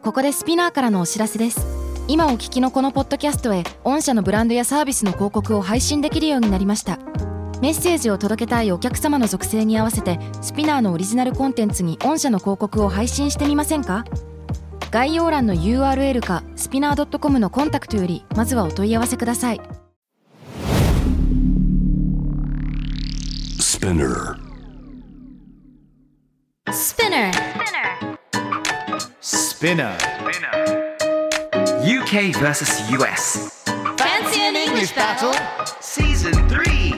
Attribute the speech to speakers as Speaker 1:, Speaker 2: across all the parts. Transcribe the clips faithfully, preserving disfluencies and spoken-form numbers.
Speaker 1: ここでスピナーからのお知らせです。今お聞きのこのポッドキャストへ御社のブランドやサービスの広告を配信できるようになりました。メッセージを届けたいお客様の属性に合わせてスピナーのオリジナルコンテンツに御社の広告を配信してみませんか？概要欄の ユーアールエル かスピナー ドットコム のコンタクトよりまずはお問い合わせください。
Speaker 2: スピナー
Speaker 1: スピナー
Speaker 3: スピナー ユーケー vs ユーエス
Speaker 1: Fancy an English battle
Speaker 3: Season three.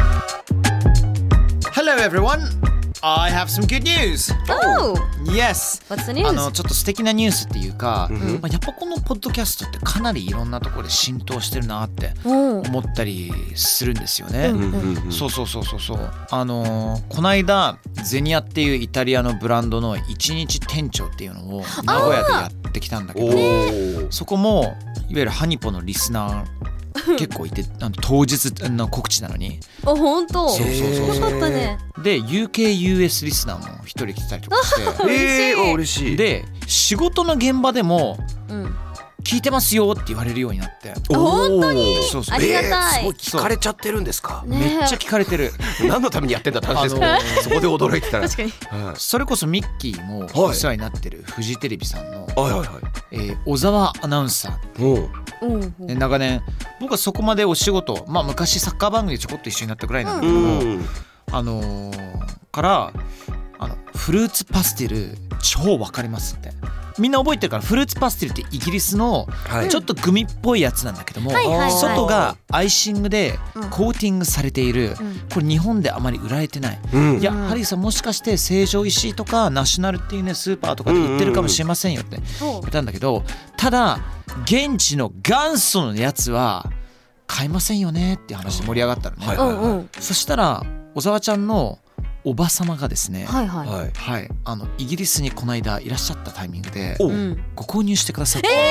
Speaker 3: Hello everyone, I have some good news.
Speaker 1: Oh!
Speaker 3: Yes.
Speaker 1: What's the news?
Speaker 3: あのちょっと素敵なニュースっていうか、
Speaker 2: うん
Speaker 3: まあ、やっぱこのポッドキャストってかなりいろんなところで浸透してるなって
Speaker 1: お
Speaker 3: 思ったりするんですよね。
Speaker 1: うん
Speaker 2: うんうん
Speaker 3: そうそうそうそうそう。あのー、この間ゼニアっていうイタリアのブランドの一日店長っていうのを名古屋でやってきたんだけ
Speaker 2: お
Speaker 3: ど、
Speaker 2: ー
Speaker 3: そこもいわゆるハニポのリスナー結構いてあの当日の告知なのに
Speaker 1: あ、本当。
Speaker 3: そうそうそうそう
Speaker 1: よかったね。
Speaker 3: で ユーケーユーエス リスナーも一人来てたりとかして
Speaker 2: えー、あ嬉しい。
Speaker 3: で仕事の現場でも
Speaker 1: うん
Speaker 3: 聞いてますよって言われるようになって
Speaker 2: おー
Speaker 1: 本当に
Speaker 3: そうそう
Speaker 1: ありがたい
Speaker 2: えー、すごい聞かれちゃってるんですか。
Speaker 1: ね
Speaker 3: めっちゃ聞かれてる。
Speaker 2: 何のためにやってんだって話ですけど、
Speaker 3: あのー
Speaker 2: そこで驚いてたら。
Speaker 1: 確かに。
Speaker 2: はい
Speaker 3: それこそミッキーもお世話になってるフジテレビさんの、
Speaker 2: はいはいはい。
Speaker 3: えー小沢アナウンサー
Speaker 2: おう
Speaker 1: うん
Speaker 3: で長年僕はそこまでお仕事、まあ、昔サッカー番組でちょこっと一緒になったぐらいなんだけ
Speaker 2: う
Speaker 3: ども、
Speaker 2: ん。
Speaker 3: あのーからあのフルーツパステル超わかりますってみんな覚えてるから。フルーツパステルってイギリスの
Speaker 2: はい
Speaker 3: ちょっとグミっぽいやつなんだけども、
Speaker 1: はいはいはい
Speaker 3: 外がアイシングで
Speaker 1: うん
Speaker 3: コーティングされている、
Speaker 1: うん
Speaker 3: これ日本であまり売られてない。
Speaker 2: うん
Speaker 3: いや、
Speaker 1: うん
Speaker 3: ハリーさんもしかして成城石井とかナショナルっていうねスーパーとかで売ってるかもしれませんよって言
Speaker 1: そう
Speaker 3: ったんだけど、ただ現地の元祖のやつは買えませんよねっていう話で盛り上がったのね、
Speaker 2: はい
Speaker 1: うんうん
Speaker 3: そしたら小沢ちゃんのおば様がですね、
Speaker 1: はいはい。
Speaker 2: はい。
Speaker 3: はい、あのイギリスにこの間いらっしゃったタイミングで
Speaker 2: おう、
Speaker 1: うん
Speaker 3: ご購入してくださって、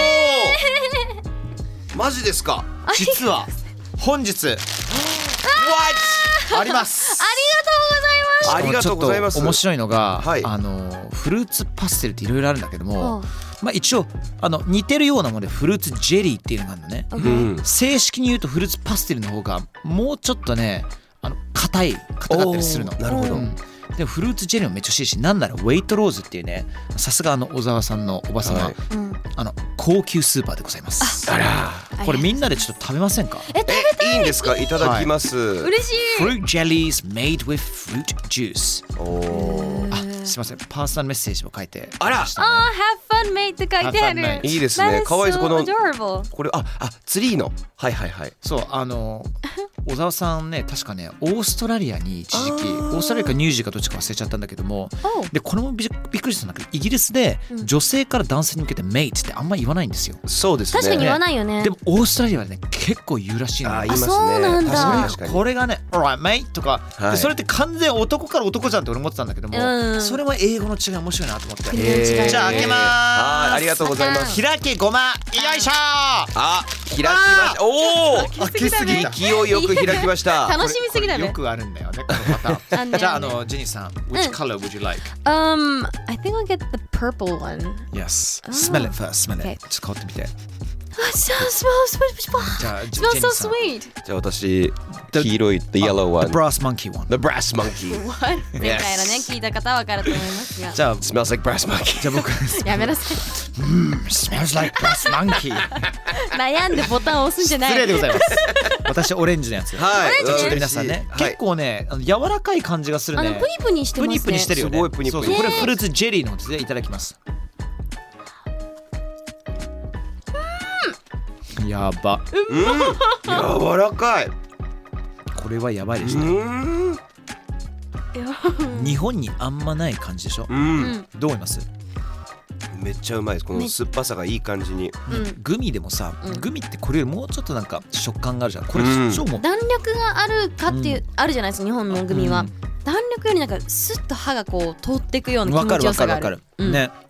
Speaker 2: マジですか。
Speaker 3: 実は本日あります
Speaker 2: ありがとうございます。
Speaker 3: ちょっと面白いのが、
Speaker 2: はい
Speaker 3: あのフルーツパステルっていろいろあるんだけども、
Speaker 1: うん
Speaker 3: まあ、一応あの似てるようなものでフルーツジェリーっていうのがあるのね。
Speaker 2: うん。
Speaker 3: 正式に言うとフルーツパステルの方がもうちょっとねあの硬い硬かったりするの。
Speaker 2: おーなるほど
Speaker 3: うんでもフルーツジェリーもめっちゃ欲しいし、なんならウェイトローズっていうね、さすがあの小沢さんのおば様、
Speaker 2: はい
Speaker 1: うん
Speaker 3: あの高級スーパーでございます。
Speaker 2: あら。
Speaker 3: これみんなでちょっと食べませんか？
Speaker 1: え、食べ
Speaker 2: え、いいんですか。いただきます。
Speaker 1: 嬉しい。
Speaker 3: Fruit jellies made with fruit juice。
Speaker 2: おー
Speaker 3: あ、すいません、パーソナルメッセージも書いて
Speaker 2: あら
Speaker 3: ましたね。
Speaker 1: あー、have fun mate って書いてあ
Speaker 3: Have fun, mate
Speaker 1: る。
Speaker 2: いいですね。
Speaker 1: That is
Speaker 2: 可愛いです。こ
Speaker 1: so
Speaker 2: の
Speaker 1: adorable。
Speaker 2: これああツリーのはいはいはい。
Speaker 3: そう、あの小沢さんね、確かねオーストラリアに一時期、オーストラリアかニュージーかどっちか忘れちゃったんだけども、
Speaker 1: お
Speaker 3: でこれもびびっくりしたんだけど、イギリスで女性から男性に向けてメイトってあんま言わないんですよ。
Speaker 2: そうですね。
Speaker 1: 確かに言わないよね。
Speaker 3: でもオーストラリアはね結構言うらしいのよ。
Speaker 2: あ言いますね。
Speaker 1: そうなんだ
Speaker 2: 確かに確かに。
Speaker 3: これがね Alright mate とか、
Speaker 2: はい
Speaker 3: でそれって完全男から男じゃんって俺思ってたんだけども、
Speaker 1: うん
Speaker 3: それは英語の違い面白いなと思って、
Speaker 1: 国の違いね
Speaker 3: じゃあ開けまーす。
Speaker 2: はいありがとうございます。
Speaker 3: 開けごま、よいしょー。
Speaker 2: あ開きました。おお。
Speaker 1: 開きすぎだね
Speaker 2: 勢いよく開きました。
Speaker 1: 楽しみすぎだね
Speaker 3: これよ。くあるんだよねこのパターン。
Speaker 1: あんね
Speaker 3: じゃああのジェニーさん Which
Speaker 1: うん
Speaker 3: color would you like?
Speaker 1: Um, I think I'll get the purple one.
Speaker 3: Yes.
Speaker 1: Oh.
Speaker 3: Smell it first. Smell
Speaker 1: Okay.
Speaker 3: it. ちょっと香ってみて。
Speaker 1: Oh, it smells, smells,
Speaker 3: じゃあジ
Speaker 1: smells
Speaker 3: ェニ
Speaker 1: so
Speaker 3: ーさん。
Speaker 1: sweet.
Speaker 2: じゃあ私黄色い the yellow one
Speaker 3: The brass monkey one.
Speaker 2: the brass monkey
Speaker 1: What? 前回のね、聞いた方はわかると思いますが。
Speaker 3: じゃあ
Speaker 2: smells like brass monkey
Speaker 3: じゃあ僕
Speaker 1: やめなさい。
Speaker 3: Smells like brass monkey.
Speaker 1: 悩んでボタンを押すんじゃない。
Speaker 3: 失礼でございます。私オレンジのやつ。
Speaker 2: はい
Speaker 3: じゃあちょっと皆さんね、
Speaker 2: はい
Speaker 3: 結構ねあの柔らかい感じがするね。
Speaker 1: あのプニプニしてますね。
Speaker 3: プニプニしてるよね。
Speaker 2: すごいプニプニ
Speaker 3: そうそうこれ
Speaker 1: ね
Speaker 3: フルーツジェリーのやつでいただきます。やば。
Speaker 2: うん柔らかい。
Speaker 3: これはやばいで
Speaker 2: う
Speaker 3: すね。
Speaker 2: ん
Speaker 3: 日本にあんまない感じでしょ。
Speaker 2: う
Speaker 1: うんん。
Speaker 3: どう思います？
Speaker 2: めっちゃうまいです。この酸っぱさがいい感じに。
Speaker 1: うん。
Speaker 3: グミでもさ、
Speaker 1: うん
Speaker 3: グミってこれよりもうちょっとなんか食感があるじゃん。これ
Speaker 2: うん
Speaker 3: 超もう、
Speaker 1: 弾力があるかっていう、
Speaker 3: うん
Speaker 1: あるじゃないですか、日本のグミは。
Speaker 3: うん
Speaker 1: 弾力よりなんかスッと歯がこう通っていくような気
Speaker 3: わかるわ
Speaker 1: 持ちよさがあ
Speaker 3: かるわかる
Speaker 1: る。。うん。
Speaker 3: ね。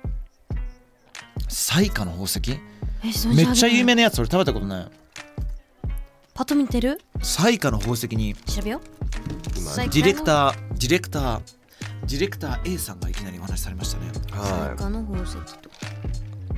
Speaker 3: 彩花の宝石
Speaker 1: えそれ
Speaker 3: めっちゃ有名
Speaker 1: な。
Speaker 3: なやつ俺食べたことない。
Speaker 1: パッと見てる？
Speaker 3: 彩花の宝石に
Speaker 1: 調べよう。
Speaker 2: 今
Speaker 1: 彩
Speaker 3: ディレクターディレクターディレクター A さんがいきなりお話しされましたね。
Speaker 2: は
Speaker 1: 他の宝石と。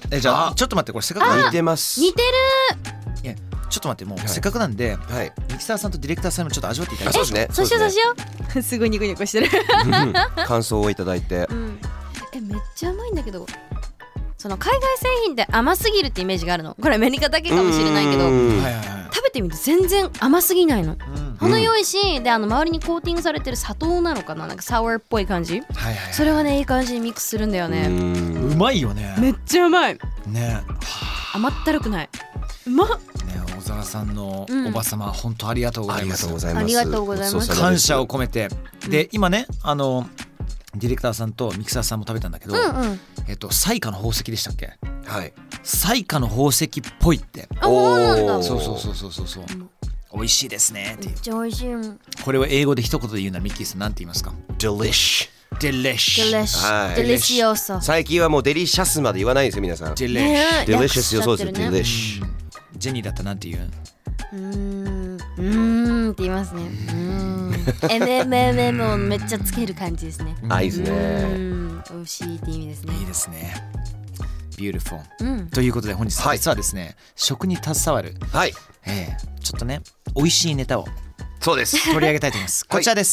Speaker 3: えじゃあ
Speaker 2: あ
Speaker 3: ちょっと待って、これせっかくなんで
Speaker 2: 似てます
Speaker 4: 似てる。
Speaker 3: いやちょっと待って、もう
Speaker 2: はい
Speaker 3: せっかくなんで、
Speaker 2: はい
Speaker 3: ミキサーさんとディレクターさんもちょっと味わっていただ
Speaker 2: あ
Speaker 3: きたい。
Speaker 2: そうですね
Speaker 4: そうしようそうし
Speaker 2: よ
Speaker 4: よう。すごいニコニコしてる。
Speaker 2: う感想をいただいて
Speaker 4: うんえめっちゃうまいんだけど、その海外製品って甘すぎるってイメージがあるの。これアメリカだけかもしれないけど、
Speaker 2: うん
Speaker 3: はいはいはい。
Speaker 4: 食べてみると全然甘すぎないの。
Speaker 3: うん
Speaker 4: 程よいし、であの周りにコーティングされてる砂糖なのかな、なんかサワーっぽい感じ。
Speaker 3: はいはい。
Speaker 4: それがねいい感じにミックスするんだよ
Speaker 2: う
Speaker 4: ね。
Speaker 2: ん
Speaker 3: うまいよね。
Speaker 4: めっちゃうまい。
Speaker 3: ね。
Speaker 4: 甘ったるくない。うまっ。
Speaker 3: ね、小沢さんの
Speaker 4: うん
Speaker 3: おばさま、本当ありがとうご
Speaker 2: ありが
Speaker 3: ざいます。
Speaker 2: とうございます
Speaker 4: ありがとうございます
Speaker 2: ごちそうさまです
Speaker 3: 感謝を込めて、で今ね、あのディレクターさんとミキサーさんも食べたんだけど、
Speaker 4: うんうん。
Speaker 3: えっと彩花の宝石でしたっけ？
Speaker 2: はい
Speaker 3: 彩花の宝石っぽいって。
Speaker 4: あそうなんだ。
Speaker 3: そうそうそうそうそうそう。美味しいですねっていう。
Speaker 4: めっちゃ美味しい。うん。
Speaker 3: これを英語で一言で言うならミッキーさんなんて言いますか？
Speaker 2: Delish
Speaker 3: Delish。
Speaker 4: Delish
Speaker 2: はい
Speaker 4: Delicioso。
Speaker 2: 最近はもうデリシャスまで言わないんですよ皆さん
Speaker 3: Delish。
Speaker 4: ねえ
Speaker 2: Delicious よそうですよ
Speaker 4: 略しちゃってるね
Speaker 2: Delish
Speaker 3: ジェニーだったらなんて言う？
Speaker 4: うーんうーんって言いますね。うーん エムエムエムエム をめっちゃつける感じですね。
Speaker 2: あいいです
Speaker 4: う
Speaker 2: ね
Speaker 4: ーん美味しいって意味ですね。
Speaker 3: いいですね。Beautiful。
Speaker 4: うん
Speaker 3: ということで本日
Speaker 2: はい
Speaker 3: 実はですね、食に携わる、
Speaker 2: はい
Speaker 3: えーちょっとね美味しいネタを
Speaker 2: そうです
Speaker 3: 取り上げたいと思います。
Speaker 2: はい
Speaker 3: こちらです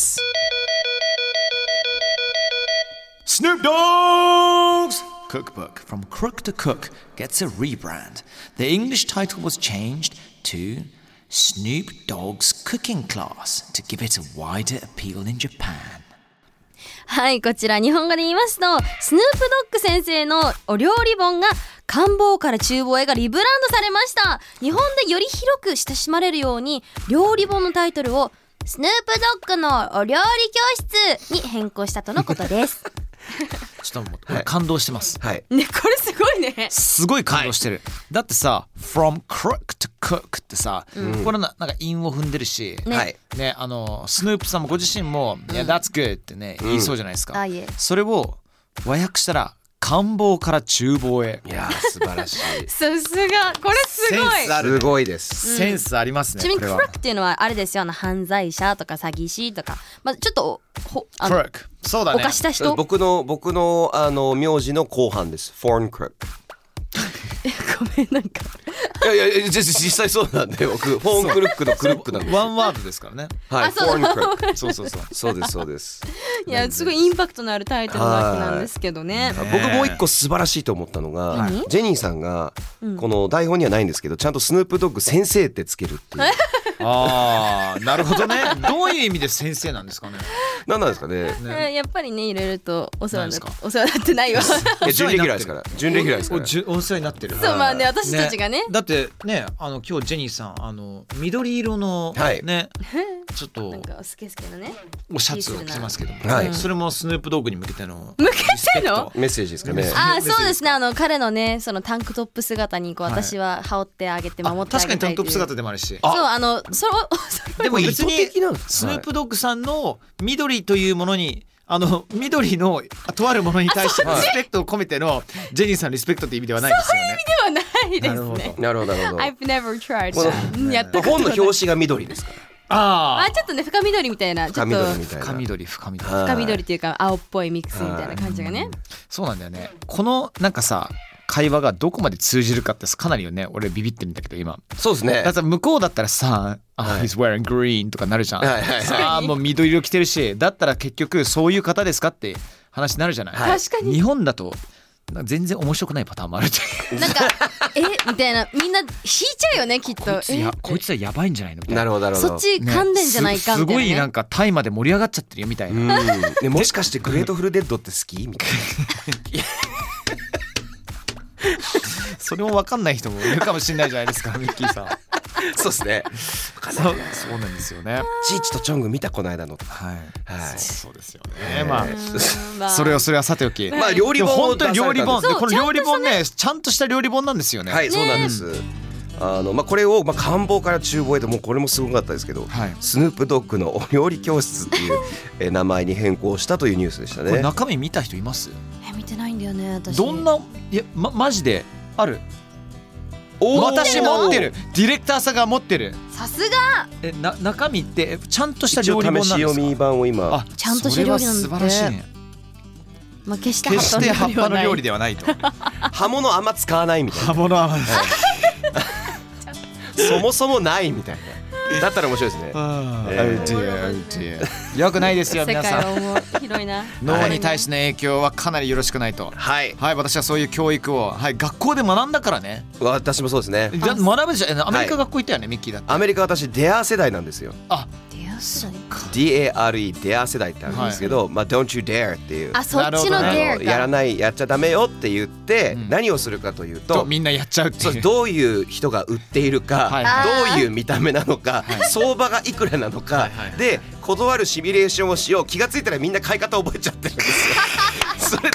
Speaker 3: 。Snoop Dogg's Cookbook From Crook to Cook gets a rebrand. The English title was changed to Snoop Dogg's Cooking Class to give it a wider appeal in Japan.
Speaker 4: はいこちら日本語で言いますとスヌープドッグ先生のお料理本が官房から厨房へがリブランドされました。日本でより広く親しまれるように料理本のタイトルをスヌープドッグのお料理教室に変更したとのことです
Speaker 3: ちょっともう俺感動してます。
Speaker 2: はい
Speaker 4: ねこれすごいね。
Speaker 3: すごい感動してる。だってさ From Crook to Cook ってさ、これななんか韻を踏んでるし、
Speaker 4: ね
Speaker 2: はい
Speaker 3: ね、あのスヌープさんもご自身も「いや That's good」ってね言いそうじゃないですか、
Speaker 4: あいえ
Speaker 3: それを和訳したら官房から厨房へ。
Speaker 2: いやー素晴らしい
Speaker 4: さすがこれすごい。
Speaker 3: センスあるね
Speaker 2: すごいです
Speaker 3: センスありますね、
Speaker 4: ちなみに
Speaker 3: これは
Speaker 4: クラックっていうのはあれですよ、あの犯罪者とか詐欺師とか、まあ、ちょっとほあの
Speaker 3: Crook そうだね
Speaker 4: 犯した人。
Speaker 2: 僕の僕のあの名字の後半です Foreign Crook
Speaker 4: ごめんなんか
Speaker 2: いやいやいや実実際そうなんで僕フォーンクルックのクルックなんです
Speaker 3: ワンワードですからね。
Speaker 2: はい
Speaker 4: あそう
Speaker 2: Foreign Crook
Speaker 3: そうそうそう
Speaker 2: そうですそうです
Speaker 4: いやすごいインパクトのあるタイトルなわけなんですけどね。
Speaker 3: はい
Speaker 2: 僕もう一個素晴らしいと思ったのが、
Speaker 4: 何
Speaker 2: ジェニーさんがこの台本にはないんですけどちゃんとスヌープドッグ先生ってつけるっていう
Speaker 3: ああなるほどね。どういう意味で先生なんですかね。
Speaker 2: 何なんですかね
Speaker 4: えやっぱりねいろいろとお世話になっ
Speaker 3: 何です
Speaker 4: お世話になってないわ。
Speaker 2: いや準レギュラーですから準レギュラーですから
Speaker 3: おじゅお世話になってる。
Speaker 4: そうまあね私たちがね
Speaker 3: だってねあの今日ジェニーさんあの緑色の
Speaker 2: はい
Speaker 3: ね、ちょっと
Speaker 4: なんかスケスケのね。
Speaker 3: おシャツを着てますけども、
Speaker 2: はい
Speaker 3: それもスヌープドッグに向けての
Speaker 4: 向けての？
Speaker 2: メッセージですかね
Speaker 4: ああそうですね、あの彼のねそのタンクトップ姿にこう
Speaker 3: はい
Speaker 4: 私は羽織ってあげて守
Speaker 3: あ
Speaker 4: ってあ
Speaker 3: 確かにタンクトップ
Speaker 4: げたいという。
Speaker 3: 姿でもあるし、
Speaker 4: そうあのそれそれ
Speaker 3: でも別に
Speaker 2: 意図的なんです
Speaker 3: スヌープドッグさんの緑というものにあの緑のとあるものに対してリスペクトを込めてのジェニーさんリスペクトって意味ではないですよね。
Speaker 4: ではないです
Speaker 3: なるほど
Speaker 4: ね。
Speaker 2: なるほどなるほど
Speaker 4: I've never tried
Speaker 2: この
Speaker 4: that うんやったことない。
Speaker 2: 本の表紙が緑ですから
Speaker 3: あ
Speaker 4: あちょっとね深緑みたいなちょ
Speaker 2: 深
Speaker 4: っと
Speaker 2: 緑みたいな
Speaker 3: 深緑深緑
Speaker 2: はい
Speaker 4: 深緑っていうか青っぽいミックスみたいな感じがね。
Speaker 3: そうなんだよね。このなんかさ会話がどこまで通じるかってかなりよね俺ビビってるんだけど今
Speaker 2: そうですね
Speaker 3: だって向こうだったらさ「あ、
Speaker 2: はい
Speaker 3: He's wearing green」とかなるじゃん、
Speaker 2: はいはいはい
Speaker 3: さあもう緑色着てるしだったら結局そういう方ですかって話になるじゃない、
Speaker 2: はい
Speaker 4: 確かに
Speaker 3: 日本だとなんか全然面白くないパターンもあるっていう
Speaker 4: なんかえみたいなみんな引いちゃうよねきっと。
Speaker 3: こいつや
Speaker 4: え
Speaker 3: こいつはやばいんじゃないのみたいな
Speaker 2: なるほどなるほど
Speaker 4: そっち噛んでんじゃないかみたいな、ね
Speaker 3: すすごいなんかタイまで盛り上がっちゃってるよみたいな、
Speaker 2: うんでもしかしてグレートフルデッドって好きみたい
Speaker 3: それも分かんない人もいるかもしれないじゃないですかミッキーさん
Speaker 2: なそうですね
Speaker 3: そうそうなんですよね
Speaker 2: チーチとチョング見たこの間の
Speaker 3: はい、
Speaker 2: はい
Speaker 3: そうですよねまあ
Speaker 4: うーんまあ
Speaker 3: それはそれはさておき、
Speaker 2: まあ料理本を
Speaker 3: でも本当に料理本
Speaker 2: 出されたん
Speaker 3: でこの料理本ねちゃんとした料理本なんですよね
Speaker 2: はいそうなんですあのまあこれをまあ官房から厨房へともうこれもすごかったですけど
Speaker 3: はい
Speaker 2: スヌープドッグのお料理教室っていうえ名前に変更したというニュースでした
Speaker 3: これ
Speaker 2: ね
Speaker 3: 中身見た人います
Speaker 4: え見てないんだよね私。
Speaker 3: どんないや、ま、マジである
Speaker 2: おー
Speaker 3: 私持ってるディレクターさんが持ってる
Speaker 4: さすが
Speaker 3: えな中身ってえちゃんとした
Speaker 2: 一応
Speaker 3: 料理本なんですか
Speaker 2: 試し読み版を今
Speaker 3: あ
Speaker 4: ちゃんとした料理なんだって
Speaker 3: それは素晴らしいね
Speaker 4: まあ決して
Speaker 3: 決して葉っぱの料理
Speaker 4: で
Speaker 3: ではないと。
Speaker 2: 葉物あんま使わないみたいな。
Speaker 3: 葉物は
Speaker 2: そもそもないみたいな。だったら面白いですね。
Speaker 3: Oh dear, oh dear よくないですよ
Speaker 4: 世界
Speaker 3: 皆さん。
Speaker 4: はもう広いな。
Speaker 3: 脳に対しての影響はかなりよろしくないと。
Speaker 2: はい。
Speaker 3: はい、私はそういう教育を、はい、学校で学んだからね。
Speaker 2: 私もそうですね。
Speaker 3: じゃ学ぶでしょ。えアメリカ学校行ったよね、ミッキーだって。
Speaker 2: アメリカ私デア世代なんですよ。
Speaker 3: あ、
Speaker 4: 出やすい。
Speaker 2: ディーエーアールイー デア世代ってあるんですけど、まあ Don't you dare っていう。
Speaker 4: あ、そっちの
Speaker 3: なるほどね
Speaker 4: dare か。
Speaker 2: やらないやっちゃダメよって言って、
Speaker 3: うん
Speaker 2: 何をするかという
Speaker 3: と
Speaker 2: と、
Speaker 3: みんなやっちゃうっていう。
Speaker 2: そうどういう人が売っているか、
Speaker 3: はい
Speaker 2: どういう見た目なのか、相場がいくらなのか、
Speaker 3: はいはいはい
Speaker 2: で断るシミュレーションをしよう。気がついたらみんな買い方覚えちゃってるんですよ。それで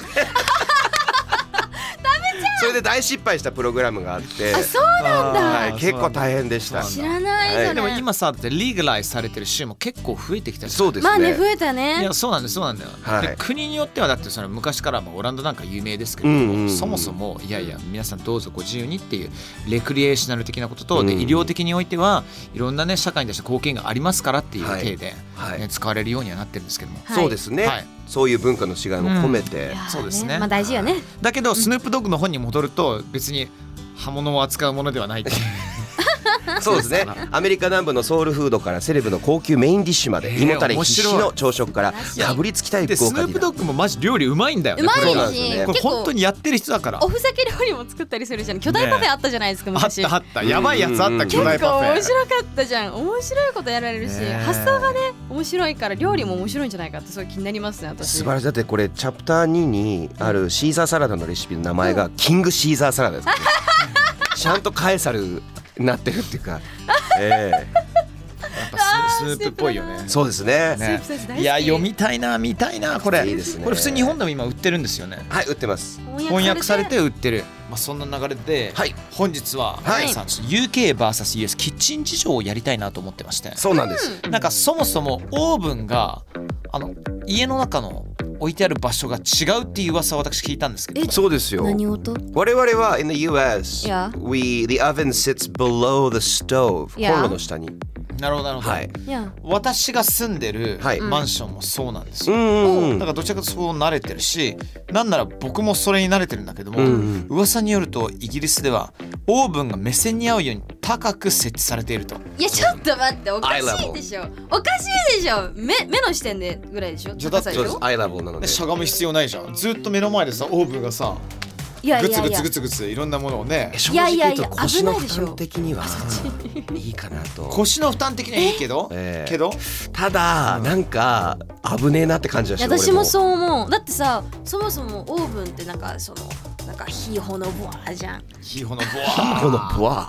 Speaker 2: それで大失敗したプログラムがあって、
Speaker 4: あ、そうなんだ。
Speaker 2: はい、
Speaker 3: あー
Speaker 2: 結構大変でした。
Speaker 4: 知らないじゃない。
Speaker 3: でも今さ、リーガライズされてる州も結構増えてきたじゃん。
Speaker 2: そうですね。
Speaker 4: まあね、増えた
Speaker 3: い
Speaker 4: ね
Speaker 3: や。そうなんですそうなんだよ、
Speaker 2: はい
Speaker 3: で国によってはだってその昔からまあオランダなんか有名ですけど、
Speaker 2: うんうんうん
Speaker 3: そもそもいやいや皆さんどうぞご自由にっていうレクリエーショナル的なことと、
Speaker 2: うん
Speaker 3: で医療的においてはいろんなね社会に対して貢献がありますからっていう
Speaker 2: はい
Speaker 3: 体で、ね
Speaker 2: はい
Speaker 3: 使われるようにはなってるんですけども、
Speaker 4: はい
Speaker 2: そうですね、
Speaker 3: はい
Speaker 2: そういう文化の違いも込めて、
Speaker 4: いやー
Speaker 3: そうですね
Speaker 4: まあ大事よね。
Speaker 3: だけどスヌープドッグの本に戻ると別に刃物を扱うものではないっていう
Speaker 2: そうですね。アメリカ南部のソウルフードからセレブの高級メインディッシュまで、
Speaker 3: えー
Speaker 2: 胃もたれ
Speaker 3: 面白い
Speaker 2: 必至の朝食からかぶりつきたい
Speaker 3: で
Speaker 2: 福岡ディナー。
Speaker 3: スヌープドッグもマジ料理うまいんだよね。
Speaker 4: うま
Speaker 3: これ
Speaker 2: そうなん
Speaker 4: いし、
Speaker 2: ですよね
Speaker 3: これ
Speaker 4: 結構
Speaker 3: 本当にやってる人だから。
Speaker 4: おふざけ料理も作ったりするじゃん。巨大パフェあったじゃないですか
Speaker 3: あっ
Speaker 4: 昔。
Speaker 3: たあったやばいやつあった巨大
Speaker 4: 結構
Speaker 3: パフェ。
Speaker 4: 面白かったじゃん。面白いことやられるし、
Speaker 3: ねえ
Speaker 4: 発想がね面白いから料理も面白いんじゃないかってそういう気になりますね私。
Speaker 2: 素晴らしい。だってこれチャプターににあるシーザーサラダのレシピの名前がキングシーザーサラダです、ね、ちゃんとカエサルになってるっていうか、え
Speaker 3: やっぱススープっぽいよね。
Speaker 2: そうですね。
Speaker 3: ね
Speaker 4: スープ先生大好き
Speaker 3: いや読みたいな見たいなこれ。
Speaker 2: いいですね
Speaker 3: これ普通に日本でも今売ってるんですよね。
Speaker 2: はい、売ってます。
Speaker 3: 翻訳されて売ってる。まあそんな流れで、
Speaker 2: はい
Speaker 3: 本日は、
Speaker 2: はい
Speaker 3: 皆さんちょっと ユーケーブイエス ユーエス キッチン事情をやりたいなと思ってまして。
Speaker 2: そうなんです。
Speaker 3: なんかそもそもオーブンがあの家の中の置いてある場所が違うっていう噂を私聞いたんですけど。
Speaker 2: そうですよ。
Speaker 4: 何事？
Speaker 2: 我々は in the ユーエス、
Speaker 4: Yeah.
Speaker 2: we the oven sits below the stove、
Speaker 4: Yeah.
Speaker 2: コンロの下に。
Speaker 3: なるほどなるほど。
Speaker 2: はい。
Speaker 4: いや
Speaker 3: 私が住んでる
Speaker 2: はい
Speaker 3: マンションもそうなんです
Speaker 2: う
Speaker 3: よ。
Speaker 2: んうん
Speaker 3: だからどちらかというとそう慣れてるし、なんなら僕もそれに慣れてるんだけども、
Speaker 2: うんうん
Speaker 3: 噂によるとイギリスではオーブンが目線に合うように高く設置されていると。
Speaker 4: いやちょっと待っておかしいでしょ。おかしいでしょ。目目の視点でぐらいでしょ。
Speaker 3: じゃあだって
Speaker 2: そうです
Speaker 4: 高さでしょ。
Speaker 2: アイラブルなので
Speaker 3: でしゃがむ必要ないじゃん。ずっと目の前でさオーブンがさ
Speaker 4: いやいやいや
Speaker 3: グツグツグ。ツグツいろんなものをね。
Speaker 2: 正
Speaker 4: いやいやいや
Speaker 2: 直言うと腰の負
Speaker 4: 危ないでしょ
Speaker 2: 担的にはいいかなと。
Speaker 3: 腰の負担的にはいいけど、
Speaker 2: ええ
Speaker 3: けど
Speaker 2: ただなんか危ねえなって感じはいした。
Speaker 4: や私も
Speaker 2: う。
Speaker 4: そう思う。だってさそもそもオーブンってなんかそのなんか火ほのぼわじゃん。
Speaker 3: 火ほのボワ
Speaker 2: このブワ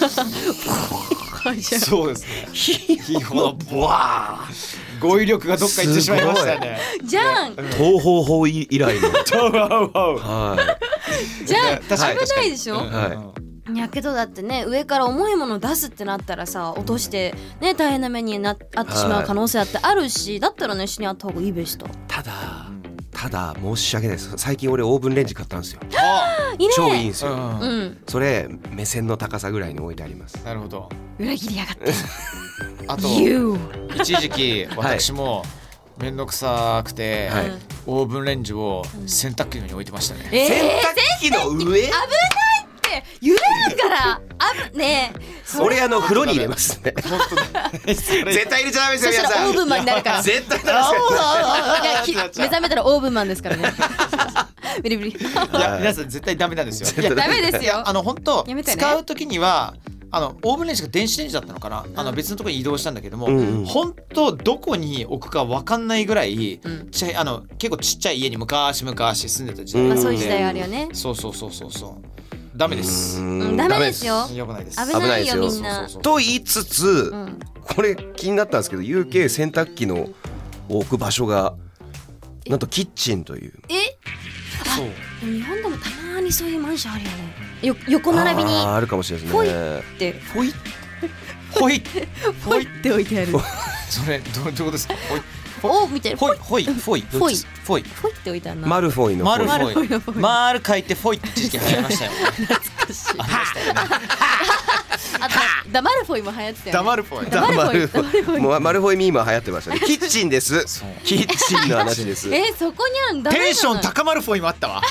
Speaker 3: ーそうですね。
Speaker 2: 火
Speaker 3: 火ほのボワー語彙力がどっか行ってしまいましたね。
Speaker 4: じゃん
Speaker 2: 東方法以来の。は
Speaker 4: じゃん。
Speaker 3: 確かに
Speaker 4: 危ないでしょ。
Speaker 3: うん
Speaker 2: はい
Speaker 4: やけどだってね上から重いものを出すってなったらさ落としてね大変な目になあってしまう可能性だってあるし、だったらね一緒にあった方がいいべしと。
Speaker 2: い。ただただ申し訳ないです。最近俺オーブンレンジ買ったんですよ。
Speaker 3: あ
Speaker 4: いいね。
Speaker 2: 超いいんですよ。
Speaker 3: うん
Speaker 4: うん
Speaker 2: それ目線の高さぐらいに置いてあります。
Speaker 3: なるほど。
Speaker 4: 裏切りやがって。
Speaker 3: あと
Speaker 4: You
Speaker 3: 一時期私もめんどくさくて、
Speaker 2: はい
Speaker 3: オーブンレンジを洗濯機の上に置いてましたね。
Speaker 4: えー、
Speaker 2: 洗濯機の上？
Speaker 4: って揺れるからあぶねえそれ
Speaker 2: 俺あの風呂に入れますね。
Speaker 3: 本当だ。
Speaker 2: 絶対入れちゃダメですよ皆さん。
Speaker 4: そしたらオーブンマンになるから
Speaker 2: 絶対ダメですよ。
Speaker 4: いやき目覚めたらオーブンマンですからねビリビリ
Speaker 3: いや皆さん絶対ダメなんですよ。いや
Speaker 4: ダメですよ
Speaker 3: いやあの本当、
Speaker 4: やめてね
Speaker 3: 使う時にはあのオーブンレンジが電子レンジだったのかな、あの別のところに移動したんだけども、
Speaker 2: うんうん
Speaker 3: 本当どこに置くか分かんないぐらい、
Speaker 4: うん
Speaker 3: ちっちゃいあの結構ちっちゃい家に昔昔住んでた時代
Speaker 2: うん
Speaker 3: があって、
Speaker 4: まあそういう時代あるよね。
Speaker 3: そうそうそうそうそうダメです。
Speaker 4: うんダメですよ。
Speaker 3: よくないです。
Speaker 4: 危ないよ
Speaker 2: 危ないですよ
Speaker 4: みんな。
Speaker 3: そうそうそう
Speaker 2: と言いつつ、
Speaker 4: うん
Speaker 2: これ気になったんですけど ユーケー 洗濯機の置く場所がなんとキッチンという。
Speaker 4: え
Speaker 3: そう
Speaker 4: でも日本でもたまにそういうマンションあるよね。よ横並びに
Speaker 2: あーあるかもしれないです
Speaker 4: ほい
Speaker 2: ね。
Speaker 4: って
Speaker 3: ほいほい
Speaker 4: ほいって置いてある。
Speaker 3: それどうどういうことですか。ほい
Speaker 4: おみたいな。
Speaker 3: ほいほいほい
Speaker 4: ほい
Speaker 3: ほい
Speaker 4: ほいって置いてあるな。
Speaker 2: マルフォイの
Speaker 3: マルフ
Speaker 2: フォイ
Speaker 3: ォイマル書いてフォイって時期流行りましたよ。ありましたよね。
Speaker 4: あとダマルフォイも流行ってたよね。
Speaker 3: ダマルフォイ
Speaker 4: ダマルフォイ
Speaker 2: マルフォイもうマルフォイミームは流行ってましたね。キッチンです。
Speaker 3: そう
Speaker 2: キッチンの話です。
Speaker 4: えー、そこにあるんだ。
Speaker 3: テンション高まるフォイもあったわ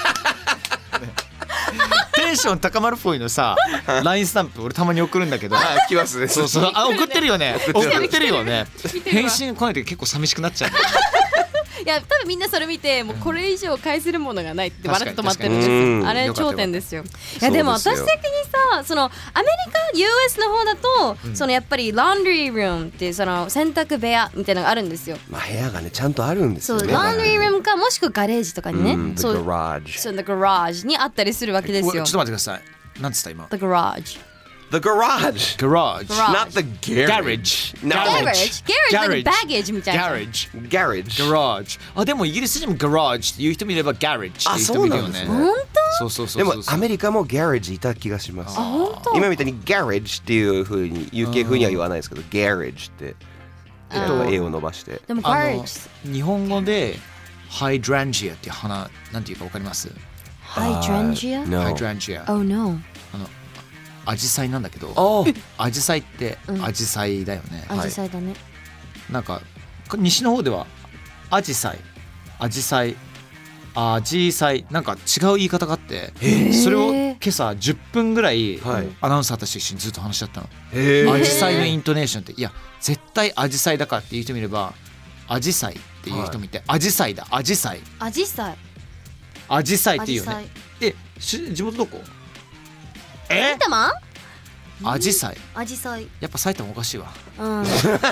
Speaker 3: テンション高まるフォイのさ ライン スタンプ俺たまに送るんだけど、
Speaker 2: あ、来ますね。
Speaker 3: そうそう、あ、送ってるよね、
Speaker 2: 送ってる
Speaker 3: 送ってるよね。
Speaker 4: てるわ
Speaker 3: 返信来ないと結構寂しくなっちゃう。
Speaker 4: いや多分みんなそれ見てもうこれ以上返せるものがないって笑って止まってるんです
Speaker 2: 確かに
Speaker 4: よ。あれ
Speaker 3: よかったよ
Speaker 4: 頂点ですよ。いやでも私的にさ、そのアメリカ ユーエス の方だと、うん、そのやっぱりランドリールームっていうその洗濯部屋みたいなのがあるんですよ。
Speaker 2: まあ部屋がねちゃんとあるんですよね。
Speaker 4: そうランドリールームかもしくはガレージとかにね、
Speaker 2: うん、
Speaker 4: そう
Speaker 2: the garage
Speaker 4: そう the garage にあったりするわけですよ。
Speaker 3: ちょっと待ってください。なんつった今
Speaker 4: the garage
Speaker 2: the garage
Speaker 3: garage
Speaker 2: not the garage
Speaker 3: garage
Speaker 4: garage garage like baggage みたいな
Speaker 3: garage
Speaker 2: garage
Speaker 3: garage あ、でもイギリス人も garage って言う人もいれば garage っていう人もいるよね。
Speaker 2: あ、そうなんですね。
Speaker 3: そうそうそうそう。
Speaker 2: でもアメリカも garage いた気がします。
Speaker 4: あ、本当。
Speaker 2: 今みたいに garage っていう風に ユーケー 風には言わないですけど garage ってやっぱ A を伸ばして
Speaker 4: でも
Speaker 3: あの
Speaker 4: garage
Speaker 3: 日本語でハイドランジアっていう花なんていうかわかります？
Speaker 4: ハイドランジア
Speaker 2: No
Speaker 3: ハイドランジア
Speaker 4: Oh no
Speaker 3: あのアジサイなんだけど、
Speaker 2: お
Speaker 3: アジサイって
Speaker 4: うん
Speaker 3: アジサイだよね。
Speaker 4: アジサイだね。
Speaker 3: なんか西の方ではアジサイ、アジサイ、アジサイなんか違う言い方があって、それを今朝じゅっぷんぐらい
Speaker 2: はい
Speaker 3: アナウンサーたちと一緒にずっと話しちゃったの。
Speaker 2: へ
Speaker 3: アジサイのイントネーションっていや絶対アジサイだからっていう人もいればアジサイっていう人もいて、アジサイだアジサイ
Speaker 4: アジサイ
Speaker 3: アジサイっていうよ
Speaker 4: アジ
Speaker 3: ね。えし地元どこ？え
Speaker 4: 埼玉
Speaker 3: アジサイ
Speaker 4: アジサイ
Speaker 3: やっぱ埼玉おかしいわ。
Speaker 4: うん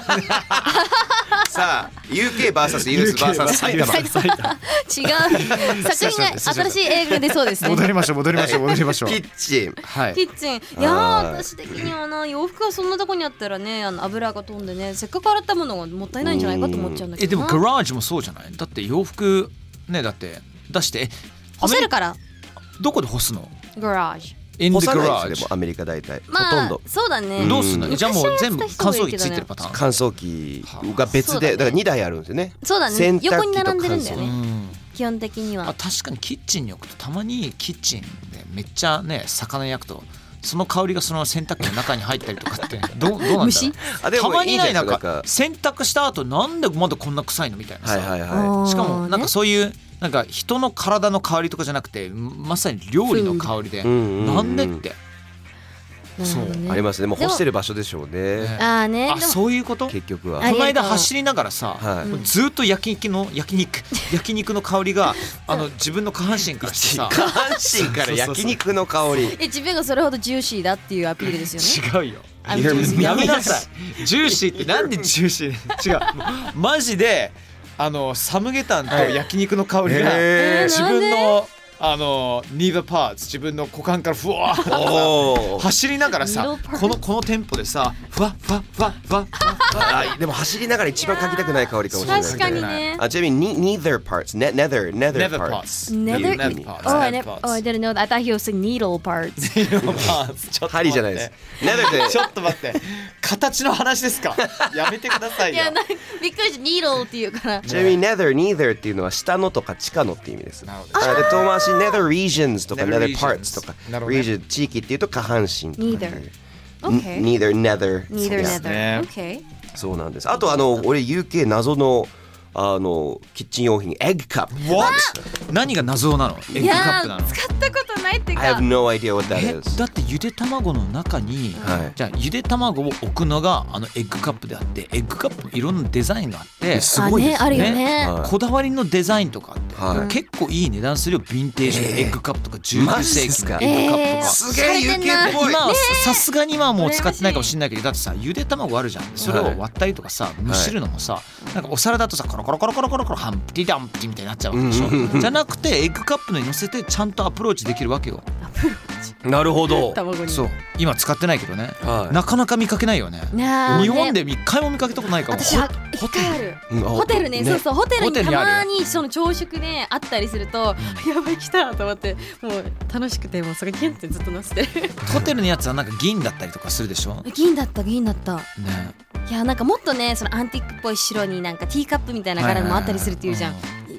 Speaker 2: さあ ユーケーブイエス ユーエス ブイエス 埼玉
Speaker 4: 違う作品が新しい映画が出そうですね。
Speaker 3: 戻りましょう戻りましょう戻りましょう。
Speaker 2: キッチン
Speaker 3: はい
Speaker 4: キッチンいやー
Speaker 2: あー
Speaker 4: 私的にはな洋服がそんなとこにあったらねあの油が飛んでねせっかく洗ったものがもったいないんじゃないかと思っちゃうんだけ
Speaker 3: えで
Speaker 4: どな。
Speaker 3: もガラージもそうじゃない？だって洋服ねだって出してえ
Speaker 4: 干せるから
Speaker 3: どこで干すの？
Speaker 4: ガラージ
Speaker 3: In
Speaker 2: 干
Speaker 3: the
Speaker 2: さないで
Speaker 3: garage
Speaker 2: すよでもアメリカ大体
Speaker 4: まあ
Speaker 2: ほとんど
Speaker 4: そうだね。
Speaker 3: どうすんの？
Speaker 4: うん
Speaker 3: じゃあもう全部
Speaker 4: 昔はやってた人がいるけどね
Speaker 3: 乾燥機ついてるパターン。
Speaker 2: 乾燥機が別
Speaker 4: そうだね
Speaker 2: でだからにだいあるんですよね。
Speaker 4: そうだね
Speaker 2: 洗濯機と
Speaker 4: 横に並んでるんだよ
Speaker 3: う
Speaker 4: ね
Speaker 3: ん
Speaker 4: 基本的に
Speaker 3: あ
Speaker 4: は。
Speaker 3: 確かにキッチンに置くとたまにキッチンでめっちゃね魚焼くとその香りがその洗濯機の中に入ったりとかってどうどうなんだろう。
Speaker 4: 虫
Speaker 2: あで
Speaker 3: たま
Speaker 2: もいいじゃ
Speaker 3: にないなん
Speaker 2: ないですかなんか
Speaker 3: か洗濯した後なんでまだこんな臭いのみたいなさ、
Speaker 2: はいはいは
Speaker 4: あー
Speaker 3: しかもなん
Speaker 4: ね
Speaker 3: かそういうなんか人の体の香りとかじゃなくてまさに料理の香りで
Speaker 2: うんうんうん
Speaker 3: なんでって
Speaker 4: なるほどね
Speaker 2: いありますね。もう
Speaker 4: でも
Speaker 2: 干してる場所でしょうね
Speaker 3: ねあ
Speaker 4: あーねでも
Speaker 3: そういうこと。
Speaker 2: 結局は
Speaker 4: あ
Speaker 3: この間
Speaker 4: ありがとう
Speaker 3: 走りながらさ、
Speaker 2: はい
Speaker 3: もうずっと焼肉の焼肉焼肉の香りがあの自分の下半身からしてさ
Speaker 2: 下半身から焼肉の香り
Speaker 4: え自分がそれほどジューシーだっていうアピールですよね。
Speaker 3: 違うよ。
Speaker 4: あ
Speaker 2: You're
Speaker 4: ジューシー
Speaker 3: やめなさい。ジューシーってなんでジューシー？違う。もうマジであのサムゲタンと焼肉の香りが
Speaker 2: へー
Speaker 3: 自分のあのニーバーパーツ自分の股間からふわーってさ
Speaker 2: おー
Speaker 3: 走りながらさ
Speaker 4: Needle parts
Speaker 3: このこのテンポでさふわふわふわふわふわ
Speaker 2: あでも走りながら一番嗅ぎたくない香りかもしれない
Speaker 4: 確かにね。
Speaker 2: あちなみに neither parts ne- nether nether
Speaker 3: Never
Speaker 2: parts
Speaker 3: parts
Speaker 4: Nether-
Speaker 3: Never parts
Speaker 4: Oh, I
Speaker 3: Never
Speaker 4: never.
Speaker 3: parts
Speaker 4: Oh, I didn't know that. I thought he was saying needle parts.
Speaker 3: Never parts ちょっと待って
Speaker 2: 針じゃないです nether で
Speaker 3: ちょっと待って形の話ですかやめてくださいよ
Speaker 4: いやなんかびっくりした needle っていうから。
Speaker 2: ちなみに nether neither っていうのは下のとか地下のっていう意味です
Speaker 3: なるほど
Speaker 2: あで遠回し nether regions とか
Speaker 3: Nether
Speaker 2: nether
Speaker 3: regions
Speaker 2: parts とか
Speaker 3: なるほどね
Speaker 2: region 地域っていうと下半身とか
Speaker 4: Neither.
Speaker 2: ん
Speaker 4: Okay.
Speaker 2: neither nether
Speaker 4: Neither,
Speaker 2: いや
Speaker 4: nether.
Speaker 3: ね
Speaker 4: Okay.
Speaker 2: そうなんですあとあの俺 ユーケー 謎のあのキッチン用品エッグカップ
Speaker 3: What? 何が謎なの？エッグカップなの？
Speaker 4: いやー使ったことないっていう
Speaker 2: I have
Speaker 4: か。
Speaker 2: no idea what that
Speaker 3: え
Speaker 2: is
Speaker 3: だってゆで卵の中に、
Speaker 2: はい
Speaker 3: じゃあゆで卵を置くのがあのエッグカップであってエッグカップもいろんなデザインがあって
Speaker 2: すごいですね
Speaker 4: あねあるよね。
Speaker 2: はい
Speaker 3: こだわりのデザインとかあって、
Speaker 2: はい
Speaker 3: 結構いい値段するよ。ヴィンテージのエッグカップとかじゅうきゅう
Speaker 2: マジ
Speaker 3: 世
Speaker 2: ですか
Speaker 3: 紀のエッグカップとか、
Speaker 2: すげえ ユーケー っぽい
Speaker 3: 今はさすがに今はもう使ってないかもしれないけどだってさゆで卵あるじゃん。それを割ったりとかさ蒸しるのもさ、なんかお皿だとさコロコロコロコロコロコロハンプティダンプティみたいになっちゃうわけでしょ。じゃなくてエッグカップのに乗せてちゃんとアプローチできるわけよ。
Speaker 2: なるほど
Speaker 4: 卵に。
Speaker 3: そう今使ってないけどね、
Speaker 2: はい
Speaker 3: なかなか見かけないよね。
Speaker 4: なあね
Speaker 3: 日本で一回も見かけたことないかも。
Speaker 4: 私は一回ある。
Speaker 2: うんあ
Speaker 4: ホテルね、そうそうホテルにた
Speaker 3: ホテルにある
Speaker 4: まにその朝食ねあったりすると、やばい来たと思ってもう楽しくてもうそれキュンってずっと乗せてる。
Speaker 3: ホテルのやつはなんか銀だったりとかするでしょ。ね、
Speaker 4: 銀だった銀だった。いやなんかもっとねそのアンティークっぽい白になんかティーカップみたいな柄もあったりするっていうじゃん。い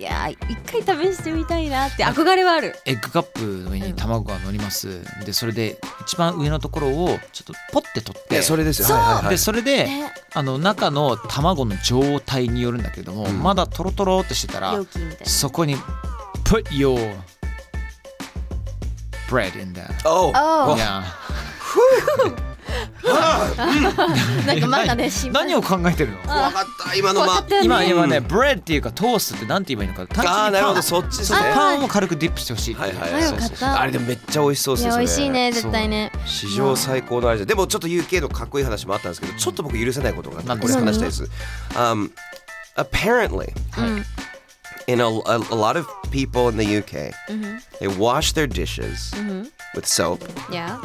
Speaker 4: やー一回試してみたいなって憧れはある。
Speaker 3: エッグカップの上に卵が乗ります、でそれで一番上のところをちょっとポッて取って、
Speaker 2: それですよ。はいはいはい、
Speaker 3: でそれで、
Speaker 4: ね、
Speaker 3: あの中の卵の状態によるんだけれども、うん、まだトロトロってしてたらそこに put your bread in there.
Speaker 2: Oh,
Speaker 4: oh.
Speaker 3: Yeah.
Speaker 4: なんか漫画で心配。
Speaker 3: 何を考えてるの？
Speaker 2: 分かった今のま
Speaker 3: 今今ね、ブレッドっていうかトーストってなんて言えばいいのか。
Speaker 2: ああなるほど、そっちですね。
Speaker 3: パンを軽くディップしてほしい。
Speaker 2: はいはいはい。そうそうそう。あれでもめっちゃ美味しそうですね。
Speaker 4: いや美味しいね絶対ね。
Speaker 2: 史上最高の味でもちょっと ユーケー のかっこいい話もあったんですけど、ちょっと僕許せないことがあってこれ話したいです。Um, apparently, in a, a, a lot of people in the ユーケー, they wash their dishes with soap.
Speaker 4: Yeah.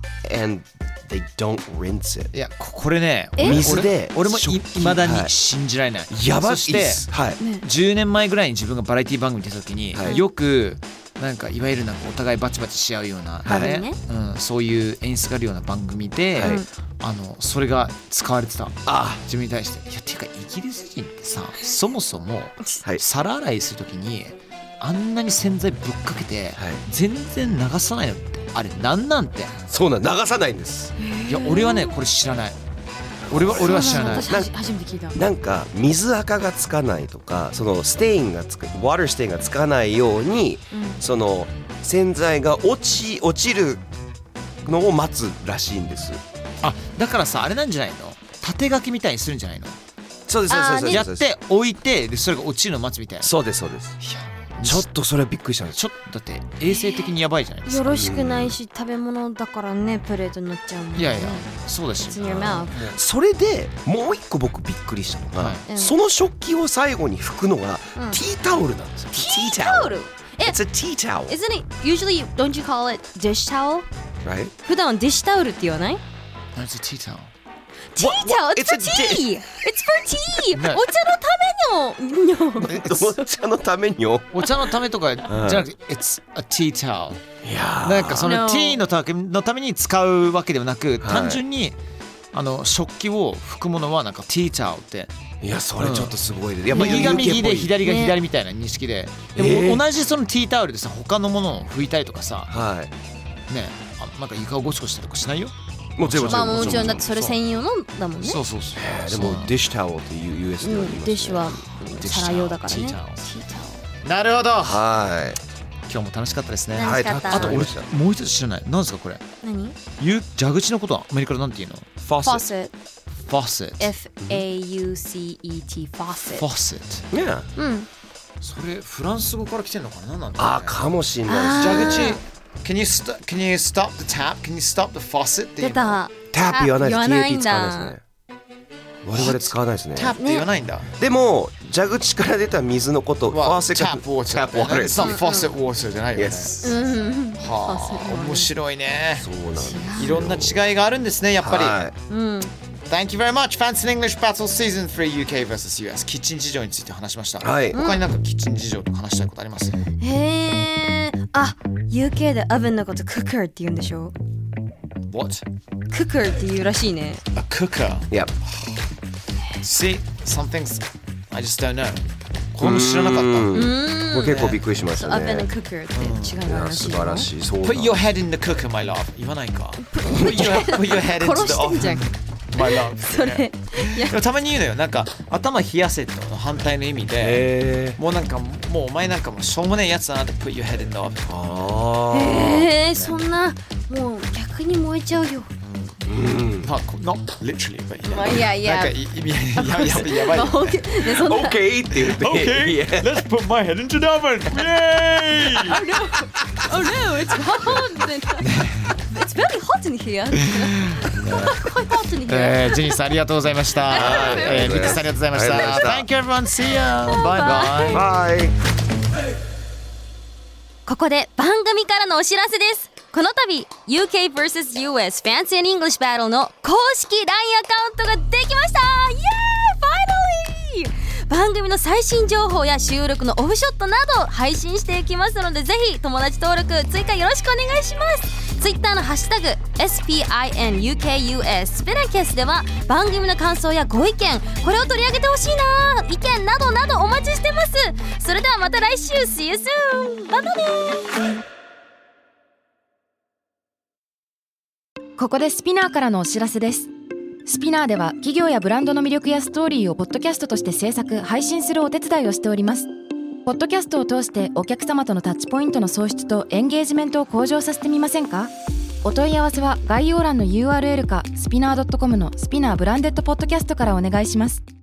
Speaker 2: And they don't rinse it.
Speaker 3: いやこれね、
Speaker 2: 水で
Speaker 3: 俺もいまだに信じられない。
Speaker 2: やばい。
Speaker 3: そしてじゅうねんまえぐらいに自分がバラエティ番組出た時に、よくなんかいわゆるなんかお互いバチバチし合うようなね、うん、そういう演出があるような番組で、あのそれが使われてた。自分に対して。いやっていうかイギリス人ってさ、そもそも皿洗いする時にあんなに洗剤ぶっかけて全然流さないのってあれなんなんて。
Speaker 2: そうなん、流さないんです。
Speaker 3: いや俺はねこれ知らない。俺は俺は知らない。
Speaker 4: 私初めて聞いた。
Speaker 2: なんか水垢がつかないとか、そのステインがつく、ワーターステインがつかないように、うん、その洗剤が落ち落ちるのを待つらしいんです。
Speaker 3: あ、だからさあれなんじゃないの？縦書きみたいにするんじゃないの？
Speaker 2: そうですそうですそうです。
Speaker 3: やって置いてでそれが落ちるのを待つみたいな。
Speaker 2: そうですそうです。いやちょっとそれはびっくりしたんです。
Speaker 3: ちょっとだって衛生的にやばいじゃないですか。
Speaker 4: よろしくないし食べ物だからね、プレートに乗っちゃうもんね。
Speaker 3: いやいやそうだし。
Speaker 2: それでもう一個僕びっくりしたのが、はい、その食器を最後に拭くのが、うん、ティータオルなんですよ。
Speaker 4: ティータオル。
Speaker 2: It's a tea towel.
Speaker 4: Isn't it usually don't you call it dish towel?
Speaker 2: Right.
Speaker 4: 普段ディッシュタオルって言わない？
Speaker 3: It's a tea towel.
Speaker 4: Tea towel. It's for tea. It's for tea. お茶のために
Speaker 2: お茶のために
Speaker 3: お茶のためとかじゃなくて It's a tea towel。いやなんかその tea のためのために使うわけではなく、単純にあの食器を拭くものはなんか tea towel って。
Speaker 2: いやそれちょっとすごいです。
Speaker 3: 右が右で左が左みたいな認識で、でも同じそのティータオルでさ他のものを拭いたりとかさ、はいね、あなんか床をゴシゴシしたりとかしないよ。
Speaker 2: もちろん
Speaker 4: まあもちろんだってそれ専用のだもんね。
Speaker 3: そうそうそう。
Speaker 2: でもディッシュタオルっていう ユーエス でありますね。
Speaker 4: ディッシュは皿用だからね。
Speaker 3: なるほど。
Speaker 2: はい。
Speaker 3: 今日も楽しかったですね。
Speaker 4: はい。あ
Speaker 3: と俺もう一つ知らない。何ですかこれ？
Speaker 4: 何？
Speaker 3: ゆ蛇口のことはアメリカでなんて言うの？
Speaker 4: フォーセット。
Speaker 3: Faucet.
Speaker 4: F A U C E T Faucet.
Speaker 3: Faucet.
Speaker 2: Yeah.
Speaker 4: うん。
Speaker 3: それフランス語から来てんのかな、なんなんだ、
Speaker 2: ね。あ、かもしれない
Speaker 3: です。蛇口。Can you stop? Can you stop the tap? Can you stop the faucet? って
Speaker 4: 出た。
Speaker 2: タップ言わないです。ティーエーピー 使わないですね。我々使わないですね。
Speaker 3: タップって言わないんだ。
Speaker 2: でも蛇口から出た水のことファーセット。
Speaker 3: タップウォーター。タップウォーター。It's not faucet water じゃないよね。はあ、面白いね。
Speaker 2: そうなんです。
Speaker 3: いろんな違いがあるんですね、やっぱり。うん。Thank you very much. Fancy English Battle Season スリー ユーケー vs ユーエス キッチン事情について話しました。
Speaker 2: はい。
Speaker 3: 他になんかキッチン事情とか話したいことあります？
Speaker 4: へー。あ、ユーケー でオーブンのこと cooker って言うんでしょ？
Speaker 3: What?
Speaker 4: Cooker って言うらしいね。
Speaker 3: A cooker?
Speaker 2: Yep.
Speaker 3: See, some things I just don't know. これも知らなかった。
Speaker 2: もう結構びっくりしましたね。
Speaker 4: オーブンの cooker って違いがあるらしい。
Speaker 2: 素晴らしい。そう。
Speaker 3: Put your head in the cooker, my love. 言わないか。Put your, put your head into the oven. My love.
Speaker 4: それ
Speaker 3: でもたまに言うのよ。なんか頭冷やせっての反対の意味で、もうなんかもうお前なんかもうしょうもないやつだなって Put your head in the oven。
Speaker 2: ああ。
Speaker 4: へえ、そんなもう逆に燃えちゃうよ。
Speaker 3: うん。まあ not literally but yeah。
Speaker 4: いやいや。
Speaker 3: なんか意味ややばい。
Speaker 2: OK って言って。
Speaker 3: OK。Let's put my head into the oven. Yay!
Speaker 4: Oh no! Oh no! It's hot. It's very hot in here. Quite hot in here.
Speaker 3: えー、ジェニーさんありがとうございました。えー、ミッキーさんありがとうございました。Thank you everyone. See ya. Bye bye.
Speaker 2: Bye.
Speaker 4: ここで番組からのお知らせです。この度 ユーケー ブイエス ユーエス Fancy and English Battle の公式 ライン アカウントができました。イエーイ！ Finally！ 番組の最新情報や収録のオフショットなど配信していきますので、ぜひ友達登録追加よろしくお願いします。ツイッターのハッシュタグ エスピーアイエヌユーケーユーエス スピナキャスでは番組の感想やご意見、これを取り上げてほしいな意見などなどお待ちしてます。それではまた来週 See you soon! バイバイ。
Speaker 1: ここでスピナーからのお知らせです。スピナーでは企業やブランドの魅力やストーリーをポッドキャストとして制作・配信するお手伝いをしております。ポッドキャストを通してお客様とのタッチポイントの創出とエンゲージメントを向上させてみませんか？お問い合わせは概要欄の ユーアールエル かスピナー ドットコム のスピナーブランデッドポッドキャストからお願いします。